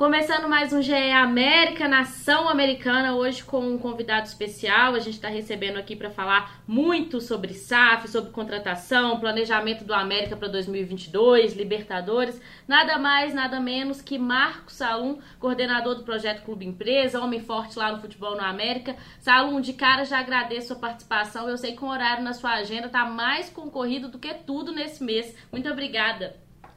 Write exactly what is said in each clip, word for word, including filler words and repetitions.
Começando mais um G E América, Nação Americana, hoje com um convidado especial. A gente está recebendo aqui para falar muito sobre S A F, sobre contratação, planejamento do América para dois mil e vinte e dois, Libertadores. Nada mais, nada menos que Marcos Salum, coordenador do projeto Clube Empresa, homem forte lá no futebol no América. Salum, de cara já agradeço a participação. Eu sei que o horário na sua agenda está mais concorrido do que tudo nesse mês. Muito obrigada.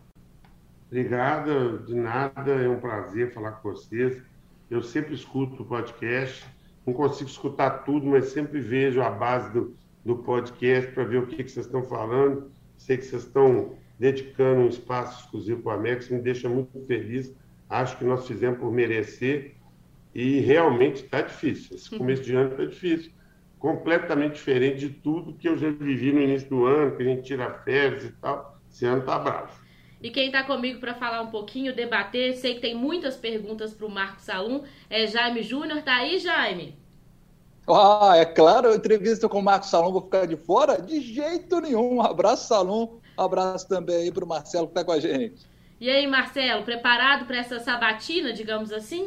Obrigada, de nada, é um prazer falar com vocês. Eu sempre escuto o podcast, não consigo escutar tudo, mas sempre vejo a base do, do podcast para ver o que, que vocês estão falando. Sei que vocês estão dedicando um espaço exclusivo para o América, isso me deixa muito feliz. Acho que nós fizemos por merecer e realmente está difícil. Esse começo de ano está difícil, completamente diferente de tudo que eu já vivi no início do ano, que a gente tira férias e tal. Esse ano está bravo. E quem está comigo para falar um pouquinho, debater, sei que tem muitas perguntas para o Marcos Salum, é Jaime Júnior. Tá aí, Jaime? Ah, é claro, a entrevista com o Marcos Salum, vou ficar de fora? De jeito nenhum. Um abraço, Salum. Um abraço também aí para o Marcelo que está com a gente. E aí, Marcelo, preparado para essa sabatina, digamos assim?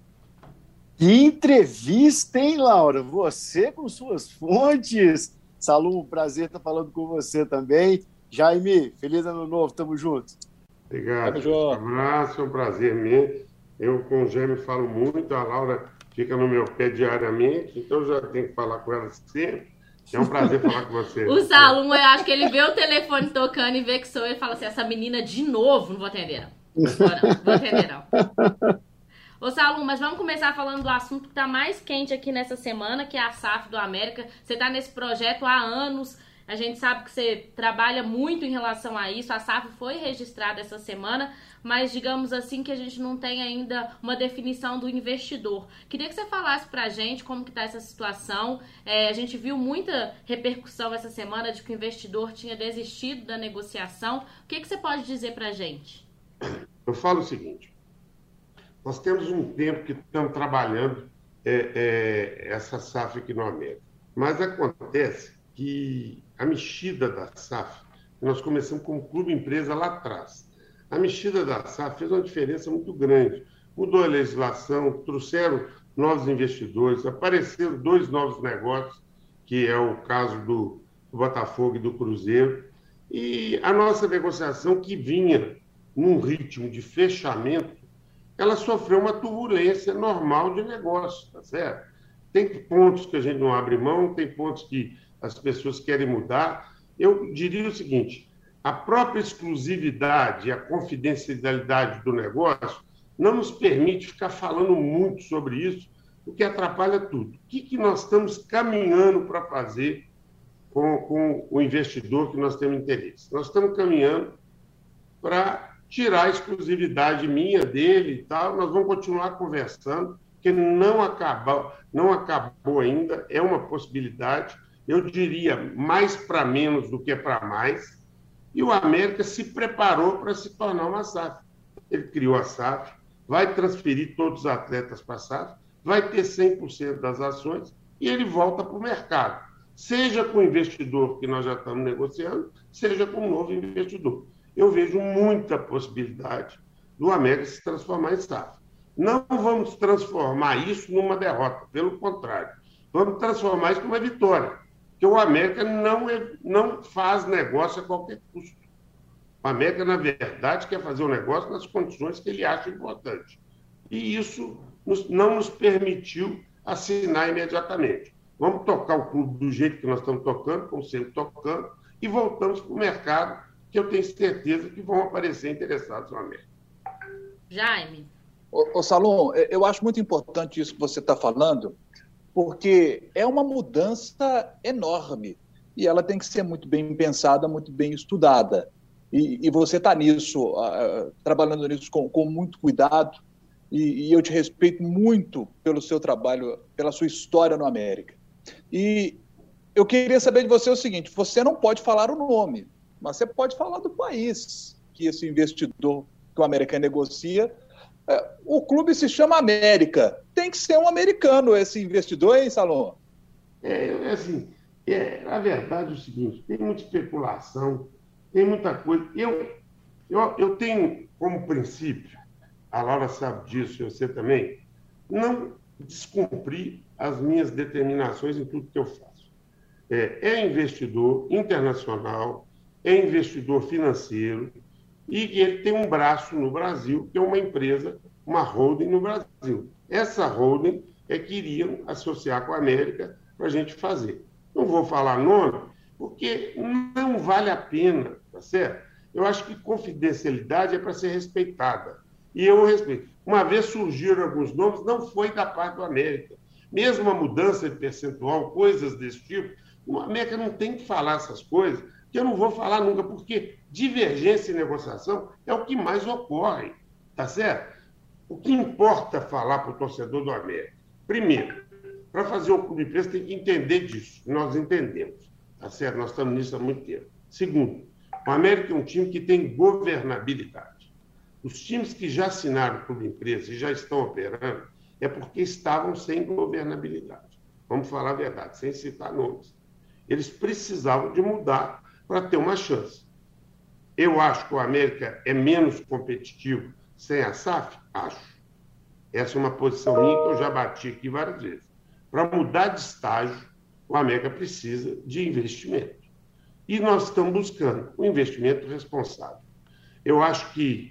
Que entrevista, hein, Laura? Você com suas fontes. Salum, prazer estar falando com você também. Jaime, feliz ano novo, tamo junto. Obrigado. Um abraço, é um prazer mesmo. Eu com o Jaime falo muito, a Laura fica no meu pé diariamente, então eu já tenho que falar com ela sempre. É um prazer falar com você. O Salum, eu acho que ele vê o telefone tocando e vê que sou eu e fala assim, essa menina de novo, não vou atender não. Não vou, não, não vou atender não. Ô Salum, mas vamos começar falando do assunto que tá mais quente aqui nessa semana, que é a S A F do América. Você tá nesse projeto há anos. A gente sabe que você trabalha muito em relação a isso, a S A F foi registrada essa semana, mas digamos assim que a gente não tem ainda uma definição do investidor. Queria que você falasse pra gente como que tá essa situação. É, a gente viu muita repercussão essa semana de que o investidor tinha desistido da negociação. O que, que você pode dizer pra gente? Eu falo o seguinte, nós temos um tempo que estamos trabalhando é, é, essa S A F aqui no América, mas acontece que a mexida da S A F, nós começamos como clube empresa lá atrás. A mexida da S A F fez uma diferença muito grande. Mudou a legislação, trouxeram novos investidores, apareceram dois novos negócios, que é o caso do, do Botafogo e do Cruzeiro. E a nossa negociação, que vinha num ritmo de fechamento, ela sofreu uma turbulência normal de negócio, tá certo? Tem pontos que a gente não abre mão, tem pontos que as pessoas querem mudar. Eu diria o seguinte, a própria exclusividade e a confidencialidade do negócio não nos permite ficar falando muito sobre isso, o que atrapalha tudo. O que, que nós estamos caminhando para fazer com, com o investidor que nós temos interesse? Nós estamos caminhando para tirar a exclusividade minha, dele e tal. Nós vamos continuar conversando, porque não acabou, não acabou ainda, é uma possibilidade. Eu diria mais para menos do que para mais, e o América se preparou para se tornar uma S A F. Ele criou a S A F, vai transferir todos os atletas para a S A F, vai ter cem por cento das ações e ele volta para o mercado, seja com o investidor que nós já estamos negociando, seja com um novo investidor. Eu vejo muita possibilidade do América se transformar em S A F. Não vamos transformar isso numa derrota, pelo contrário, vamos transformar isso numa vitória. Porque o América não, é, não faz negócio a qualquer custo. O América, na verdade, quer fazer o negócio nas condições que ele acha importante. E isso nos, não nos permitiu assinar imediatamente. Vamos tocar o clube do jeito que nós estamos tocando, como sempre tocando, e voltamos para o mercado, que eu tenho certeza que vão aparecer interessados no América. Jaime. Ô, ô Salum, eu acho muito importante isso que você está falando, porque é uma mudança enorme e ela tem que ser muito bem pensada, muito bem estudada. E, e você está nisso, uh, trabalhando nisso com, com muito cuidado, e, e eu te respeito muito pelo seu trabalho, pela sua história no América. E eu queria saber de você o seguinte, você não pode falar o nome, mas você pode falar do país que esse investidor que o América negocia. O clube se chama América. Tem que ser um americano esse investidor, hein, Salom? É, assim, é, a verdade é o seguinte, tem muita especulação, tem muita coisa. Eu, eu, eu tenho como princípio a Laura sabe disso, você também, não descumprir as minhas determinações em tudo que eu faço. É, é investidor internacional, é investidor financeiro, e ele tem um braço no Brasil, que é uma empresa, uma holding no Brasil. Essa holding é que iriam associar com a América para a gente fazer. Não vou falar nome, porque não vale a pena, tá certo? Eu acho que confidencialidade é para ser respeitada. E eu respeito. Uma vez surgiram alguns nomes, não foi da parte do América. Mesmo a mudança de percentual, coisas desse tipo, o América não tem que falar essas coisas, que eu não vou falar nunca, porque divergência e negociação é o que mais ocorre, tá certo? O que importa falar para o torcedor do América? Primeiro, para fazer o clube de imprensa tem que entender disso, nós entendemos, tá certo? Nós estamos nisso há muito tempo. Segundo, o América é um time que tem governabilidade. Os times que já assinaram o clube de imprensa e já estão operando é porque estavam sem governabilidade. Vamos falar a verdade, sem citar nomes. Eles precisavam de mudar para ter uma chance. Eu acho que o América é menos competitivo sem a S A F? Acho. Essa é uma posição minha que eu já bati aqui várias vezes. Para mudar de estágio, o América precisa de investimento. E nós estamos buscando um investimento responsável. Eu acho que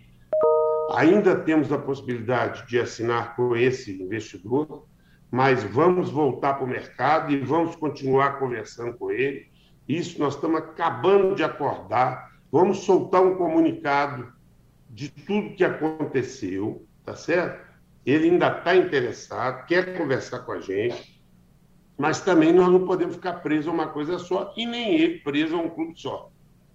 ainda temos a possibilidade de assinar com esse investidor, mas vamos voltar para o mercado e vamos continuar conversando com ele. Isso nós estamos acabando de acordar. Vamos soltar um comunicado de tudo que aconteceu, tá certo? Ele ainda está interessado, quer conversar com a gente, mas também nós não podemos ficar presos a uma coisa só e nem ele preso a um clube só.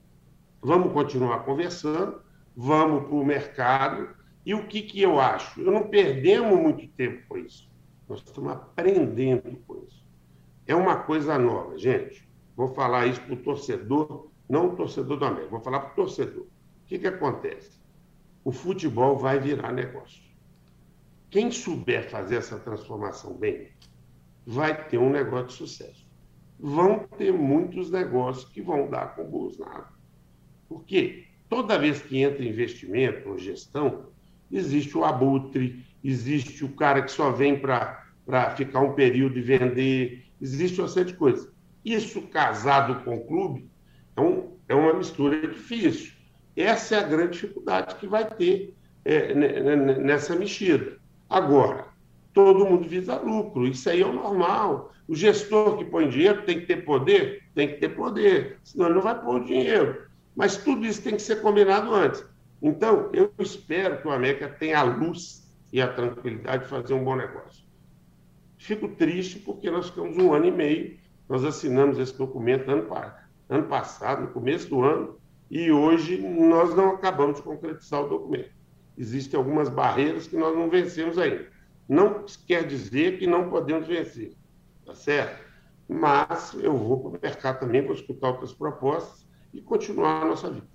Vamos continuar conversando, vamos para o mercado. E o que, que eu acho? Eu não perdemos muito tempo com isso. Nós estamos aprendendo com isso. É uma coisa nova, gente. Vou falar isso para o torcedor, não o torcedor do América, vou falar para o torcedor. O que, que acontece? O futebol vai virar negócio. Quem souber fazer essa transformação bem, vai ter um negócio de sucesso. Vão ter muitos negócios que vão dar com boas na água. Por quê? Toda vez que entra investimento ou gestão, existe o abutre, existe o cara que só vem para ficar um período e vender, existe uma série de coisas. Isso casado com o clube é, um, é uma mistura difícil. Essa é a grande dificuldade que vai ter é, nessa mexida. Agora, todo mundo visa lucro, isso aí é o normal. O gestor que põe dinheiro tem que ter poder? Tem que ter poder, senão ele não vai pôr o dinheiro. Mas tudo isso tem que ser combinado antes. Então, eu espero que o América tenha a luz e a tranquilidade de fazer um bom negócio. Fico triste porque nós ficamos um ano e meio, nós assinamos esse documento ano, ano passado, no começo do ano, e hoje nós não acabamos de concretizar o documento. Existem algumas barreiras que nós não vencemos ainda. Não quer dizer que não podemos vencer, tá certo? Mas eu vou para o mercado também, vou escutar outras propostas e continuar a nossa vida.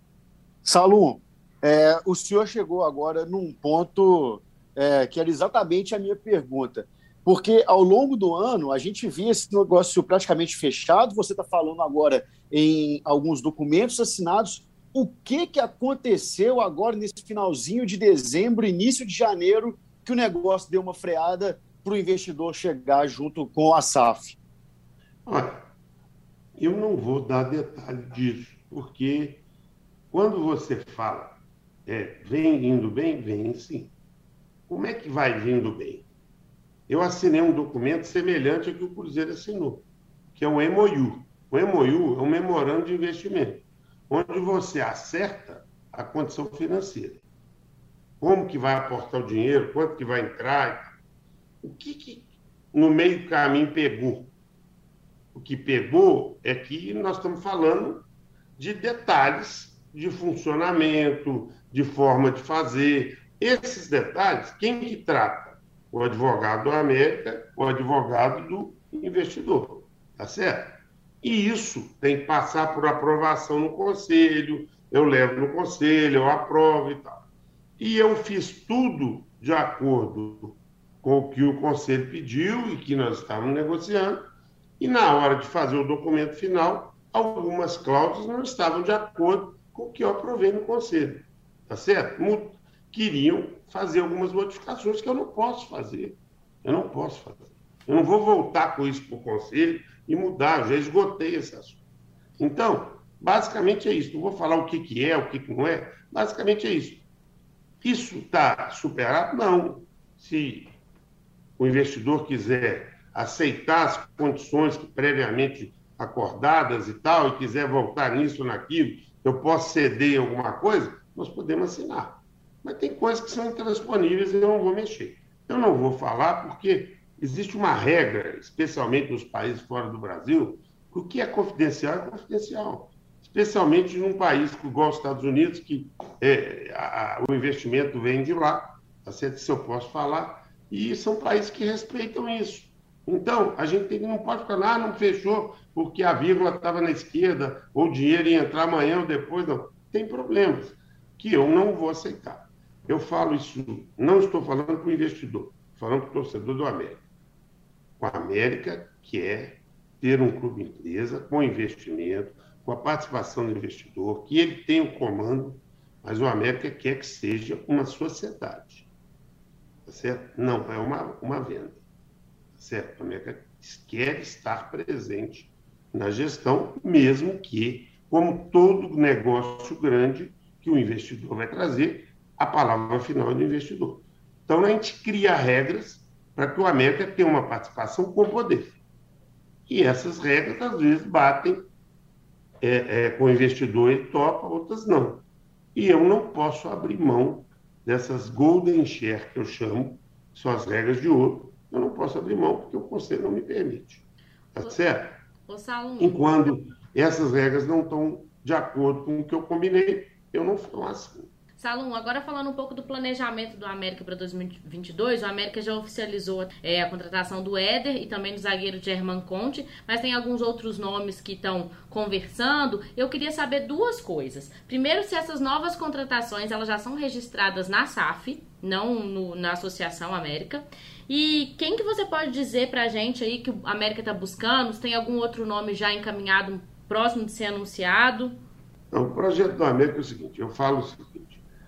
Salum, é, o senhor chegou agora num ponto é, que era exatamente a minha pergunta, porque ao longo do ano a gente via esse negócio praticamente fechado, você está falando agora em alguns documentos assinados. O que, que aconteceu agora nesse finalzinho de dezembro, início de janeiro, que o negócio deu uma freada para o investidor chegar junto com a S A F? Olha, eu não vou dar detalhe disso, porque quando você fala, é, vem indo bem, vem sim. Como é que vai vindo bem? Eu assinei um documento semelhante ao que o Cruzeiro assinou, que é um M O U. O M O U é um memorando de investimento, onde você acerta a condição financeira. Como que vai aportar o dinheiro, quanto que vai entrar. O que, que no meio do caminho pegou? O que pegou é que nós estamos falando de detalhes de funcionamento, de forma de fazer. Esses detalhes, quem que trata? O advogado do América, o advogado do investidor, tá certo? E isso tem que passar por aprovação no conselho, eu levo no conselho, eu aprovo e tal. E eu fiz tudo de acordo com o que o conselho pediu e que nós estávamos negociando, e na hora de fazer o documento final, algumas cláusulas não estavam de acordo com o que eu aprovei no conselho, tá certo? queriam fazer algumas modificações que eu não posso fazer. Eu não posso fazer. Eu não vou voltar com isso para o Conselho e mudar, eu já esgotei esse assunto. Então, basicamente é isso. Não vou falar o que, que é, o que, que não é. Basicamente é isso. Isso está superado? Não. Se o investidor quiser aceitar as condições que previamente acordadas e tal, e quiser voltar nisso ou naquilo, eu posso ceder em alguma coisa, nós podemos assinar. Mas tem coisas que são intransponíveis e eu não vou mexer. Eu não vou falar porque existe uma regra, especialmente nos países fora do Brasil, que o que é confidencial é confidencial. Especialmente num país igual os Estados Unidos, que é, a, o investimento vem de lá, tá certo? Se eu posso falar, e são países que respeitam isso. Então, a gente tem, não pode falar, ah, não fechou porque a vírgula estava na esquerda, ou o dinheiro ia entrar amanhã ou depois, não. Tem problemas que eu não vou aceitar. Eu falo isso, não estou falando para o investidor, estou falando para o torcedor do América. O América quer ter um clube empresa com investimento, com a participação do investidor, que ele tem o comando, mas o América quer que seja uma sociedade. Tá certo? Não é uma, uma venda. Tá certo? O América quer estar presente na gestão, mesmo que, como todo negócio grande que o investidor vai trazer, a palavra final é do investidor. Então, a gente cria regras para que o América tenha uma participação com poder. E essas regras, às vezes, batem é, é, com o investidor, ele topa, outras não. E eu não posso abrir mão dessas golden share, que eu chamo, que são as regras de ouro. Eu não posso abrir mão porque o Conselho não me permite. Tá certo? Enquanto essas regras não estão de acordo com o que eu combinei, eu não faço. Salum, agora falando um pouco do planejamento do América para dois mil e vinte e dois, o América já oficializou é, a contratação do Éder e também do zagueiro Germán Conte, mas tem alguns outros nomes que estão conversando. Eu queria saber duas coisas. Primeiro, se essas novas contratações elas já são registradas na S A F, não no, na Associação América. E quem que você pode dizer para a gente aí que o América está buscando? Se tem algum outro nome já encaminhado, próximo de ser anunciado? Não, o projeto do América é o seguinte, eu falo o seguinte,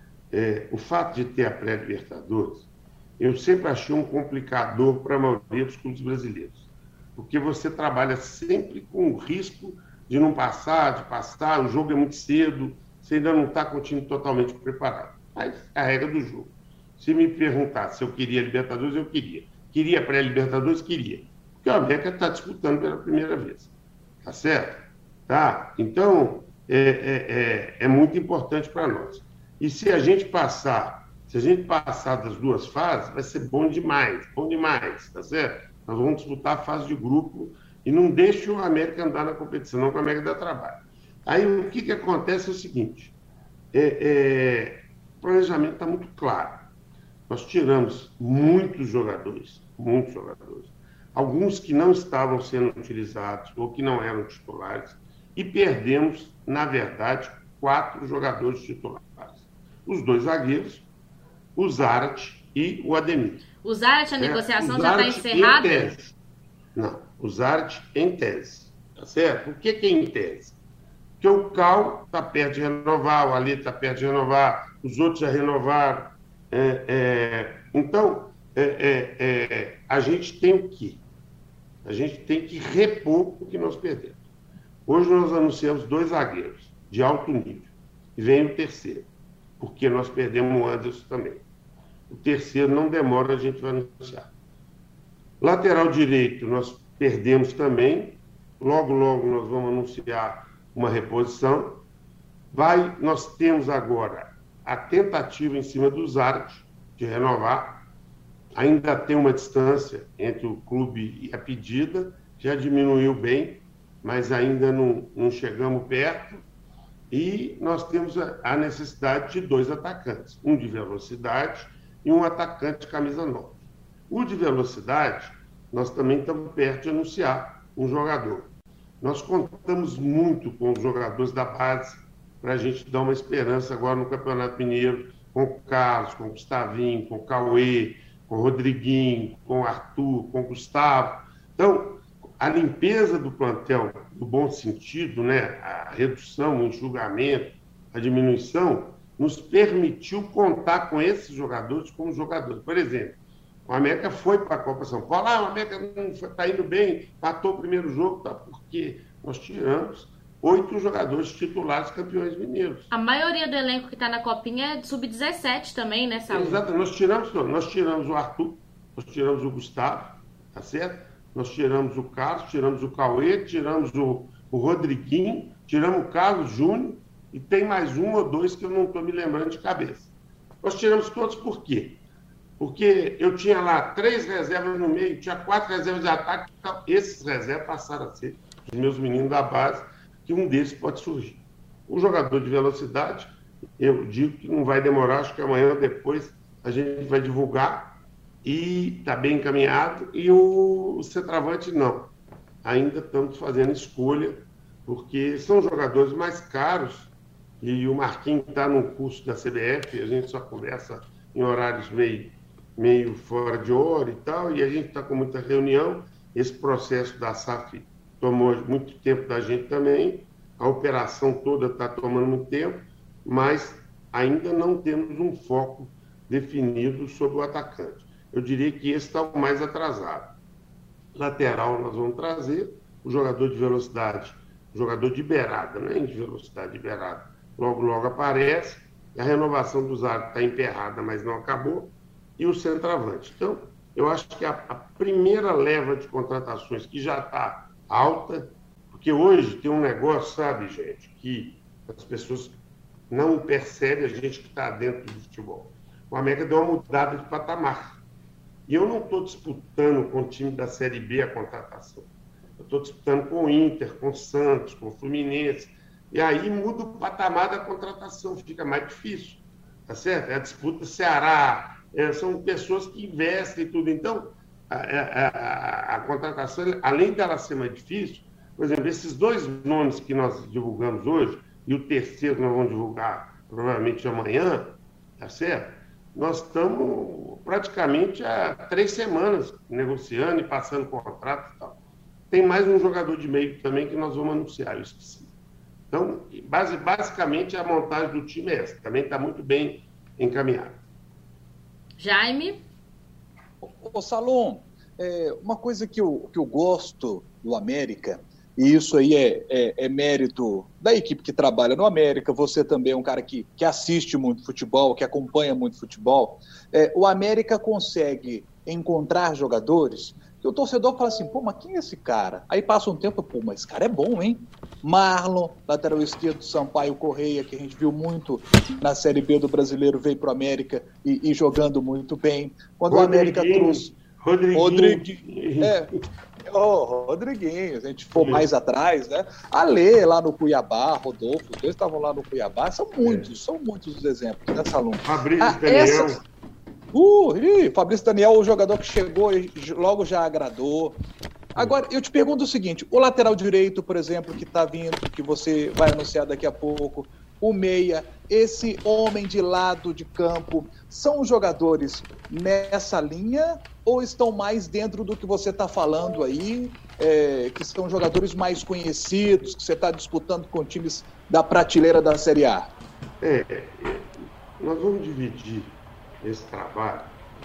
É, o fato de ter a pré-Libertadores, eu sempre achei um complicador para a maioria dos clubes brasileiros, porque você trabalha sempre com o risco de não passar, de passar, o jogo é muito cedo, você ainda não está com o time totalmente preparado. Mas é a regra do jogo. Se me perguntar se eu queria Libertadores, eu queria. Queria pré-Libertadores? Queria. Porque o América está disputando pela primeira vez. Tá certo? Tá? Então, é, é, é, é muito importante para nós. E se a gente passar, se a gente passar das duas fases, vai ser bom demais, bom demais, tá certo? Nós vamos disputar a fase de grupo e não deixe o América andar na competição, não, que o América dá trabalho. Aí o que, que acontece é o seguinte, é, é, o planejamento está muito claro. Nós tiramos muitos jogadores, muitos jogadores, alguns que não estavam sendo utilizados ou que não eram titulares, e perdemos, na verdade, quatro jogadores titulares. Os dois zagueiros, o Zarate e o Ademir. O Zarate, a é, negociação já está encerrada? Em tese. Não, o Zarate em tese. Tá certo? Por que, que é em tese? Porque o Cal está perto de renovar, o Ali está perto de renovar, os outros já renovaram. É, é, então, é, é, é, a gente tem o quê? A gente tem que repor o que nós perdemos. Hoje nós anunciamos dois zagueiros de alto nível. E vem o terceiro, porque nós perdemos o Anderson também. O terceiro não demora, a gente vai anunciar. Lateral direito, nós perdemos também. Logo, logo nós vamos anunciar uma reposição. Vai, nós temos agora a tentativa em cima do Zarate de renovar. Ainda tem uma distância entre o clube e a pedida, já diminuiu bem, mas ainda não, não chegamos perto. E nós temos a necessidade de dois atacantes, um de velocidade e um atacante de camisa nove. O de velocidade, nós também estamos perto de anunciar um jogador. Nós contamos muito com os jogadores da base para a gente dar uma esperança agora no Campeonato Mineiro, com o Carlos, com o Gustavinho, com o Cauê, com o Rodriguinho, com o Arthur, com o Gustavo. Então, a limpeza do plantel, no bom sentido, né? A redução, o enxugamento, a diminuição, nos permitiu contar com esses jogadores como jogadores. Por exemplo, o América foi para a Copa São Paulo, ah, o América não está indo bem, empatou o primeiro jogo, tá, porque nós tiramos oito jogadores titulares campeões mineiros. A maioria do elenco que está na Copinha é de sub dezessete também, né, Saúl? Exato, nós tiramos, nós tiramos o Arthur, nós tiramos o Gustavo, tá certo? Nós tiramos o Carlos, tiramos o Cauê, tiramos o, o Rodriguinho, tiramos o Carlos Júnior e tem mais um ou dois que eu não estou me lembrando de cabeça. Nós tiramos todos por quê? Porque eu tinha lá três reservas no meio, tinha quatro reservas de ataque, então esses reservas passaram a ser os meus meninos da base, que um deles pode surgir. O jogador de velocidade, eu digo que não vai demorar, acho que amanhã ou depois a gente vai divulgar e está bem encaminhado, e o, o centroavante não. Ainda estamos fazendo escolha, porque são jogadores mais caros, e o Marquinhos está num curso da C B F, a gente só conversa em horários meio, meio fora de hora e tal, e a gente está com muita reunião. Esse processo da S A F tomou muito tempo da gente também, a operação toda está tomando muito tempo, mas ainda não temos um foco definido sobre o atacante. Eu diria que esse está o mais atrasado. Lateral nós vamos trazer, o jogador de velocidade, o jogador de beirada, né? De velocidade de beirada, logo, logo aparece, a renovação do Zago está emperrada, mas não acabou, e o centroavante. Então, eu acho que a, a primeira leva de contratações que já está alta, porque hoje tem um negócio, sabe, gente, que as pessoas não percebem, a gente que está dentro do futebol. O América deu uma mudada de patamar. E eu não estou disputando com o time da Série B a contratação. Eu estou disputando com o Inter, com o Santos, com o Fluminense. E aí muda o patamar da contratação, fica mais difícil. Tá certo? É a disputa Ceará, é, são pessoas que investem e tudo. Então, a, a, a, a contratação, além dela ser mais difícil, por exemplo, esses dois nomes que nós divulgamos hoje, e o terceiro nós vamos divulgar provavelmente amanhã, tá certo? Nós estamos praticamente há três semanas negociando e passando contrato e tal. Tem mais um jogador de meio também que nós vamos anunciar, eu esqueci. Então, base, basicamente, a montagem do time é essa. Também está muito bem encaminhada. Jaime? Ô, ô Salom, é, uma coisa que eu, que eu gosto do América, e isso aí é, é, é mérito da equipe que trabalha no América, você também é um cara que, que assiste muito futebol, que acompanha muito futebol, é, o América consegue encontrar jogadores que o torcedor fala assim, pô, mas quem é esse cara? Aí passa um tempo, pô, mas esse cara é bom, hein? Marlon, lateral esquerdo, Sampaio Correia, que a gente viu muito na Série B do Brasileiro, veio pro América e, e jogando muito bem. Quando o América trouxe... Rodriguinho. Rodriguinho. É, oh, Rodriguinho, a gente for mais atrás, né? Ale lá no Cuiabá, Rodolfo, os dois estavam lá no Cuiabá, são muitos, é. são muitos os exemplos nessa aluna. Fabrício ah, Daniel. Essas... Uh, ih, Fabrício Daniel, o jogador que chegou e logo já agradou. Agora, eu te pergunto o seguinte, o lateral direito, por exemplo, que está vindo, que você vai anunciar daqui a pouco, o meia, esse homem de lado de campo, são jogadores nessa linha ou estão mais dentro do que você está falando aí, é, que são jogadores mais conhecidos, que você está disputando com times da prateleira da Série A? É, é, nós vamos dividir esse trabalho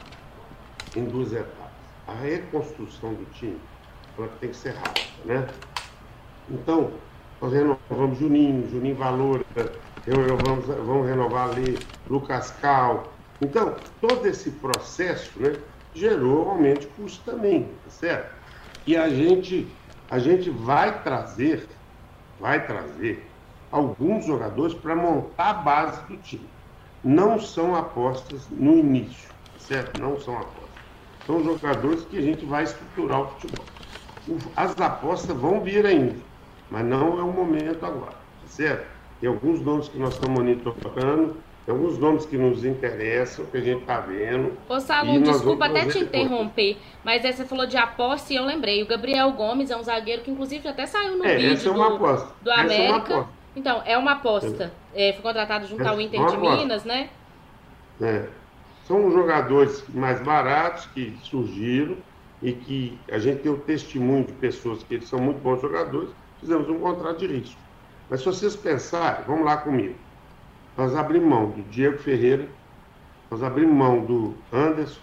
em duas etapas. A reconstrução do time, ela tem que ser rápida, né? Então, nós renovamos Juninho, Juninho Valor, vamos, vamos renovar ali Lucas Cal. Então, todo esse processo, né, gerou aumento de custo também, tá certo? E a gente, a gente vai trazer, vai trazer alguns jogadores para montar a base do time. Não são apostas no início, tá certo? Não são apostas. São jogadores que a gente vai estruturar o futebol. As apostas vão vir ainda, mas não é o momento agora, tá certo? Tem alguns nomes que nós estamos monitorando, tem alguns nomes que nos interessam, que a gente está vendo. Ô, Salum, desculpa até te interromper, mas aí você falou de aposta e eu lembrei. O Gabriel Gomes é um zagueiro que, inclusive, até saiu no é, vídeo essa é uma do, aposta. do essa América. É uma aposta. Então, é uma aposta. É, foi contratado junto essa ao Inter é de aposta. Minas, né? É. São jogadores mais baratos que surgiram e que a gente tem o testemunho de pessoas que eles são muito bons jogadores, fizemos um contrato de risco. Mas se vocês pensarem, vamos lá comigo, nós abrimos mão do Diego Ferreira, nós abrimos mão do Anderson,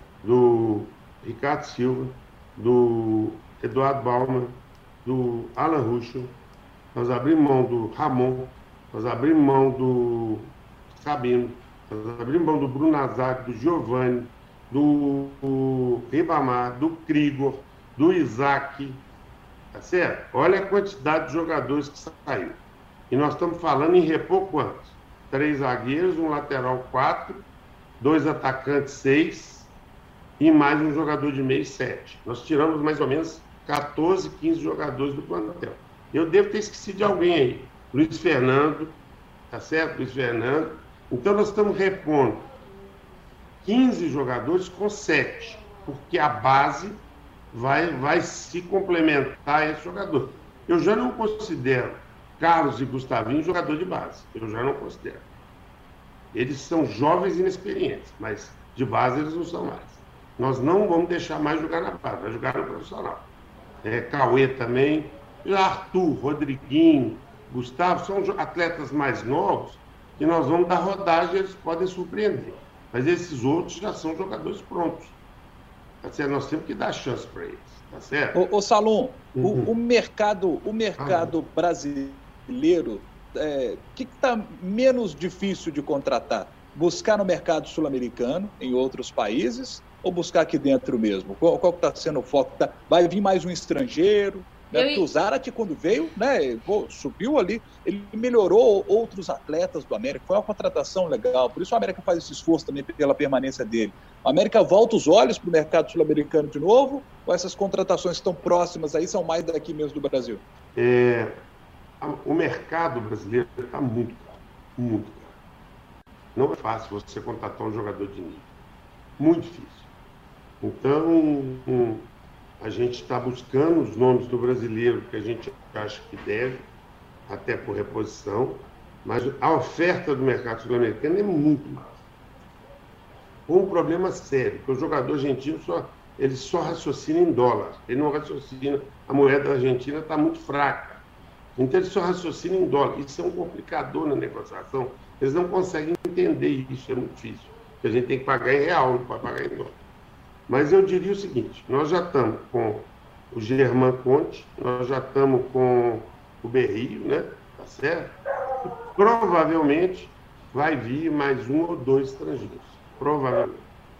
do Ricardo Silva, do Eduardo Bauman, do Alan Ruschel, nós abrimos mão do Ramon, nós abrimos mão do Sabino, nós abrimos mão do Bruno Nazário, do Giovanni, do, do Ribamar, do Krigor, do Isaac, tá certo? Olha a quantidade de jogadores que saiu. E nós estamos falando em repor quantos? Três zagueiros, um lateral, quatro, dois atacantes, seis, e mais um jogador de meio, sete. Nós tiramos mais ou menos quatorze, quinze jogadores do plantel. Eu devo ter esquecido de alguém aí. Luiz Fernando, tá certo? Luiz Fernando. Então nós estamos repondo quinze jogadores com sete, porque a base vai, vai se complementar a esse jogador. Eu já não considero Carlos e Gustavinho jogador de base. Eu já não considero. Eles são jovens e inexperientes, mas de base eles não são mais. Nós não vamos deixar mais jogar na base, vai jogar no profissional. É, Cauê também, Arthur, Rodriguinho, Gustavo, são atletas mais novos que nós vamos dar rodagem, eles podem surpreender. Mas esses outros já são jogadores prontos. Tá certo? Nós temos que dar chance para eles, tá certo? Ô, ô Salum, uhum. o, o mercado, o mercado ah. brasileiro, o é, que está menos difícil de contratar? Buscar no mercado sul-americano, em outros países, ou buscar aqui dentro mesmo? Qual está sendo o foco? Tá, vai vir mais um estrangeiro? Né? Porque o Zarate, quando veio, né, pô, subiu ali, ele melhorou outros atletas do América, foi uma contratação legal, por isso o América faz esse esforço também pela permanência dele. O América volta os olhos para o mercado sul-americano de novo, ou essas contratações estão próximas aí, são mais daqui mesmo do Brasil? É, o mercado brasileiro está muito caro, muito caro. Não é fácil você contratar um jogador de nível, muito difícil. Então, um, a gente está buscando os nomes do brasileiro que a gente acha que deve, até por reposição, mas a oferta do mercado sul-americano é muito maior. Um problema sério, porque o jogador argentino só, ele só raciocina em dólar, ele não raciocina, a moeda argentina está muito fraca, então ele só raciocina em dólar. Isso é um complicador na negociação, eles não conseguem entender isso, é muito difícil, porque a gente tem que pagar em real, não pode pagar em dólar. Mas eu diria o seguinte, nós já estamos com o Germán Conte, nós já estamos com o Berrio, né? Tá certo? E provavelmente vai vir mais um ou dois estrangeiros. Provavelmente.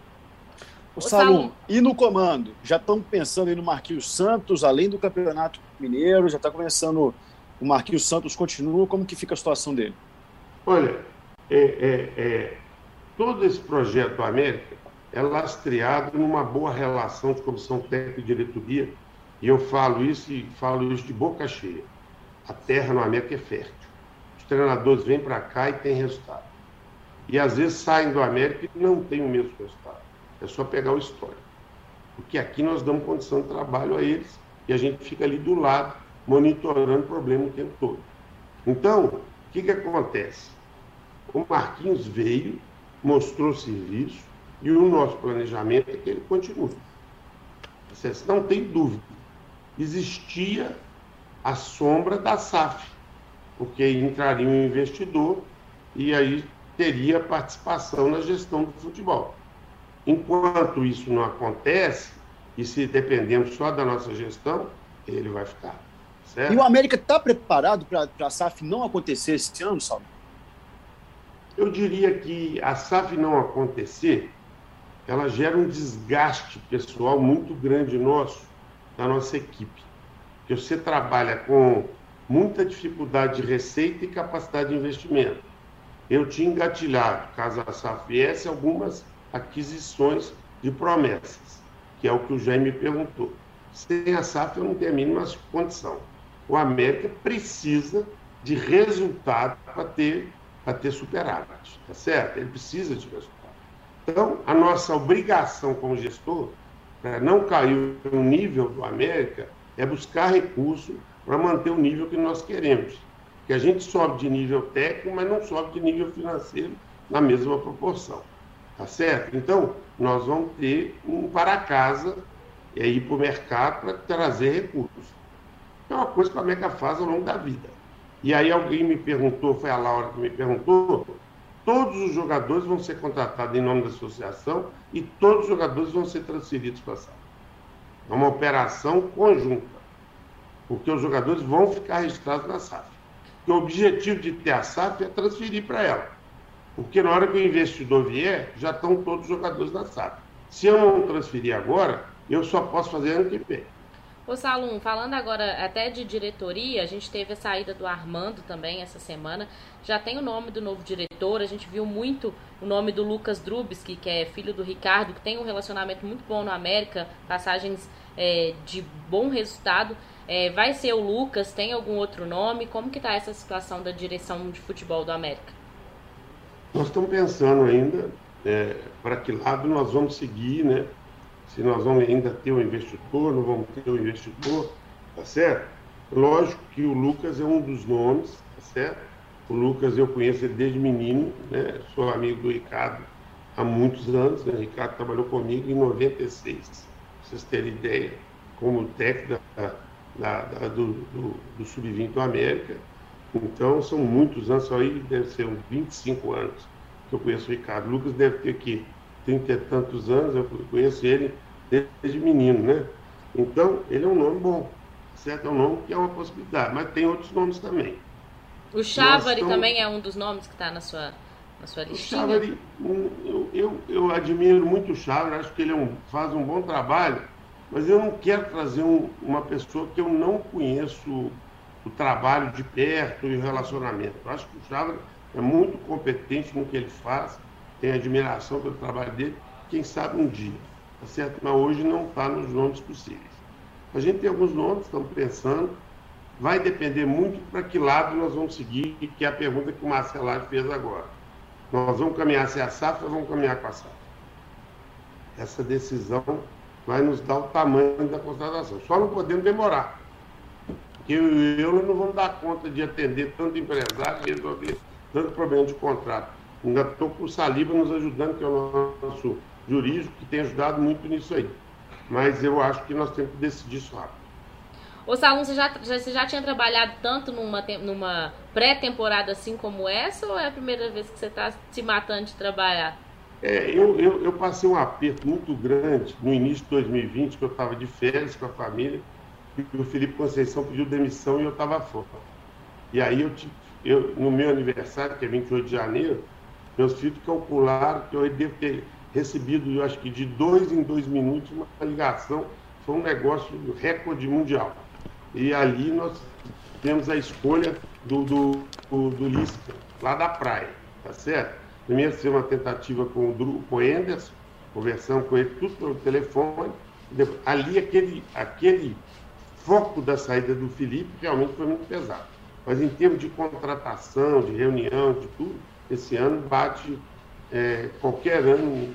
O Salum, e no comando? Já estão pensando aí no Marquinhos Santos, além do Campeonato Mineiro, já está começando, o Marquinhos Santos continua, como que fica a situação dele? Olha, é, é, é, todo esse projeto do América é lastreado numa boa relação de comissão técnica e diretoria, e eu falo isso e falo isso de boca cheia. A terra no América é fértil. Os treinadores vêm para cá e têm resultado. E às vezes saem do América e não têm o mesmo resultado. É só pegar o histórico. Porque aqui nós damos condição de trabalho a eles e a gente fica ali do lado, monitorando o problema o tempo todo. Então, o que, que acontece? O Marquinhos veio, mostrou serviço, e o nosso planejamento é que ele continue. Você não tem dúvida. Existia a sombra da S A F, porque entraria um investidor e aí teria participação na gestão do futebol. Enquanto isso não acontece, e se dependemos só da nossa gestão, ele vai ficar. Certo? E o América está preparado para a S A F não acontecer esse ano, Salmo? Eu diria que a S A F não acontecer, ela gera um desgaste pessoal muito grande nosso, da nossa equipe. Porque você trabalha com muita dificuldade de receita e capacidade de investimento. Eu tinha engatilhado, caso a S A F viesse, algumas aquisições de promessas, que é o que o Jaime perguntou. Sem a S A F eu não tenho a mínima condição. O América precisa de resultado para ter, para ter superávit, tá certo? Ele precisa de resultado. Então, a nossa obrigação como gestor, para não cair no nível do América, é buscar recurso para manter o nível que nós queremos. Porque a gente sobe de nível técnico, mas não sobe de nível financeiro na mesma proporção. Tá certo? Então, nós vamos ter um para casa e ir para o mercado para trazer recursos. É uma coisa que a América faz ao longo da vida. E aí alguém me perguntou, foi a Laura que me perguntou, todos os jogadores vão ser contratados em nome da associação e todos os jogadores vão ser transferidos para a S A F. É uma operação conjunta, porque os jogadores vão ficar registrados na S A F. Porque o objetivo de ter a S A F é transferir para ela. Porque na hora que o investidor vier, já estão todos os jogadores na S A F. Se eu não transferir agora, eu só posso fazer ano que vem. Ô Salum, falando agora até de diretoria, a gente teve a saída do Armando também essa semana. Já tem o nome do novo diretor, a gente viu muito o nome do Lucas Drubski, que é filho do Ricardo, que tem um relacionamento muito bom no América, passagens é, de bom resultado. É, vai ser o Lucas? Tem algum outro nome? Como que está essa situação da direção de futebol do América? Nós estamos pensando ainda é, para que lado nós vamos seguir, né? Se nós vamos ainda ter um investidor, não vamos ter um investidor, tá certo? Lógico que o Lucas é um dos nomes, tá certo? O Lucas eu conheço ele desde menino, né? Sou amigo do Ricardo há muitos anos, né? O Ricardo trabalhou comigo em noventa e seis, pra vocês terem ideia, como técnico da, da, da, do, do, do sub vinte do América. Então são muitos anos, só aí deve ser uns vinte e cinco anos que eu conheço o Ricardo. O Lucas deve ter aqui trinta e tantos anos, eu conheço ele desde menino, né? Então, ele é um nome bom, certo? É um nome que é uma possibilidade, mas tem outros nomes também. O Chávari estamos... também é um dos nomes que está na sua, na sua listinha? O Chávari, eu, eu, eu admiro muito o Chávari, acho que ele é um, faz um bom trabalho, mas eu não quero trazer um, uma pessoa que eu não conheço o trabalho de perto e o relacionamento. Eu acho que o Chávari é muito competente no que ele faz, tenho admiração pelo trabalho dele, quem sabe um dia, tá certo? Mas hoje não está nos nomes possíveis. A gente tem alguns nomes, estamos pensando, vai depender muito para que lado nós vamos seguir, que é a pergunta que o Marcelo fez agora. Nós vamos caminhar se é a S A F ou vamos caminhar com a S A F? Essa decisão vai nos dar o tamanho da contratação. Só não podemos demorar, porque eu e eu não vamos dar conta de atender tanto empresário e resolver tanto problema de contrato. Ainda estou com o Saliba nos ajudando, que é o nosso jurídico, que tem ajudado muito nisso aí. Mas eu acho que nós temos que decidir isso rápido. Ô Salum, você já, já, você já tinha trabalhado tanto numa, numa pré-temporada assim como essa, ou é a primeira vez que você está se matando de trabalhar? É, eu, eu, eu passei um aperto muito grande no início de dois mil e vinte, que eu estava de férias com a família, e o Felipe Conceição pediu demissão e eu estava fora. E aí, eu, eu, no meu aniversário, que é vinte e oito de janeiro, meus filhos calcularam que eu devo ter recebido, eu acho que de dois em dois minutos, uma ligação. Foi um negócio recorde mundial. E ali nós temos a escolha do, do, do, do Lisca, lá da praia, tá certo? Primeiro ser uma tentativa com o, Dru, com o Anderson, conversando com ele, tudo pelo telefone. Depois, ali, aquele, aquele foco da saída do Felipe realmente foi muito pesado. Mas em termos de contratação, de reunião, de tudo, esse ano bate é, qualquer ano.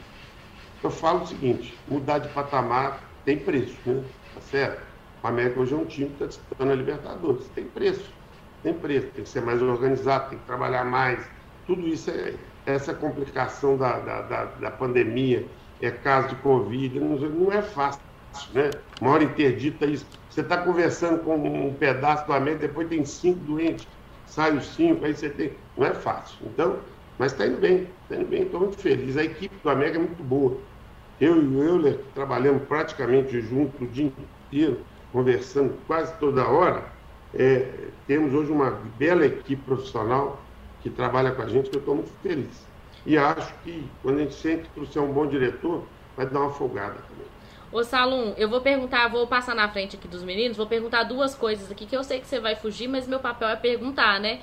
Eu falo o seguinte, mudar de patamar tem preço, né? Tá certo? O América hoje é um time que está disputando a Libertadores. Tem preço, tem preço. Tem que ser mais organizado, tem que trabalhar mais. Tudo isso é essa complicação da, da, da, da pandemia, é caso de Covid, não, não é fácil, né? Uma hora interdita isso. Você está conversando com um pedaço do América, depois tem cinco doentes, sai os cinco, aí você tem... Não é fácil. Então, mas está indo bem, está indo bem, estou muito feliz. A equipe do América é muito boa. Eu e o Euler trabalhamos praticamente junto o dia inteiro, conversando quase toda hora. É, temos hoje uma bela equipe profissional que trabalha com a gente, que eu estou muito feliz. E acho que quando a gente sente que você é um bom diretor, vai dar uma folgada também. Ô Salum, eu vou perguntar, vou passar na frente aqui dos meninos, vou perguntar duas coisas aqui, que eu sei que você vai fugir, mas meu papel é perguntar, né?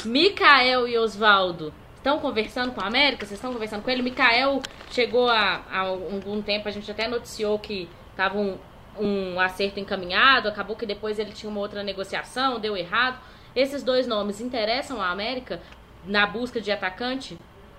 Micael e Oswaldo estão conversando com a América? Vocês estão conversando com ele? Micael chegou há, há algum tempo, a gente até noticiou que estava um, um acerto encaminhado, acabou que depois ele tinha uma outra negociação, deu errado. Esses dois nomes interessam a América na busca de atacante?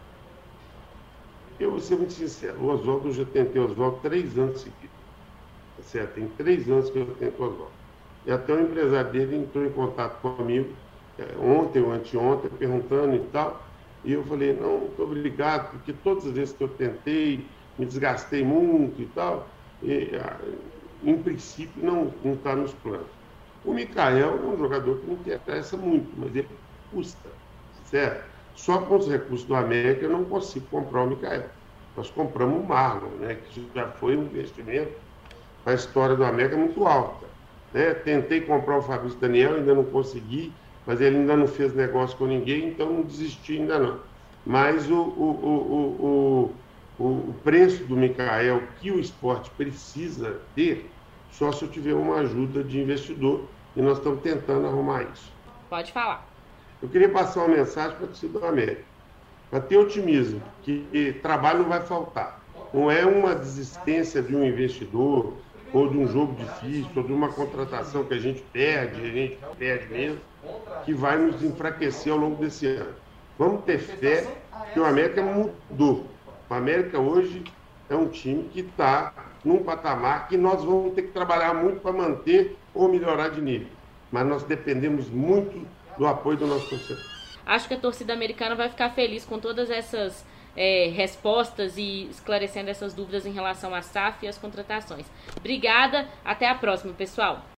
Eu vou ser muito sincero, o Oswaldo, eu já tentei o Oswaldo três anos seguidos. Tá certo? Tem três anos que eu tento o Oswaldo. E até o empresário dele entrou em contato comigo, ontem ou anteontem, perguntando e tal. E eu falei, não, muito obrigado, porque todas as vezes que eu tentei, me desgastei muito e tal, e, em princípio não está nos planos. O Micael é um jogador que me interessa muito, mas ele custa, certo? Só com os recursos do América eu não consigo comprar o Micael. Nós compramos o Marlon, né, que já foi um investimento para a história do América muito alta. Né? Tentei comprar o Fabrício Daniel, ainda não consegui, mas ele ainda não fez negócio com ninguém, então não desisti ainda não. Mas o, o, o, o, o preço do Micael que o esporte precisa ter, só se eu tiver uma ajuda de investidor, e nós estamos tentando arrumar isso. Pode falar. Eu queria passar uma mensagem para a torcida do América, para ter otimismo, que trabalho não vai faltar. Não é uma desistência de um investidor, ou de um jogo difícil, ou de uma contratação que a gente perde, a gente perde mesmo, que vai nos enfraquecer ao longo desse ano. Vamos ter fé que o América mudou. O América hoje é um time que está num patamar que nós vamos ter que trabalhar muito para manter ou melhorar de nível. Mas nós dependemos muito do apoio do nosso torcedor. Acho que a torcida americana vai ficar feliz com todas essas é, respostas e esclarecendo essas dúvidas em relação à S A F e às contratações. Obrigada, até a próxima, pessoal.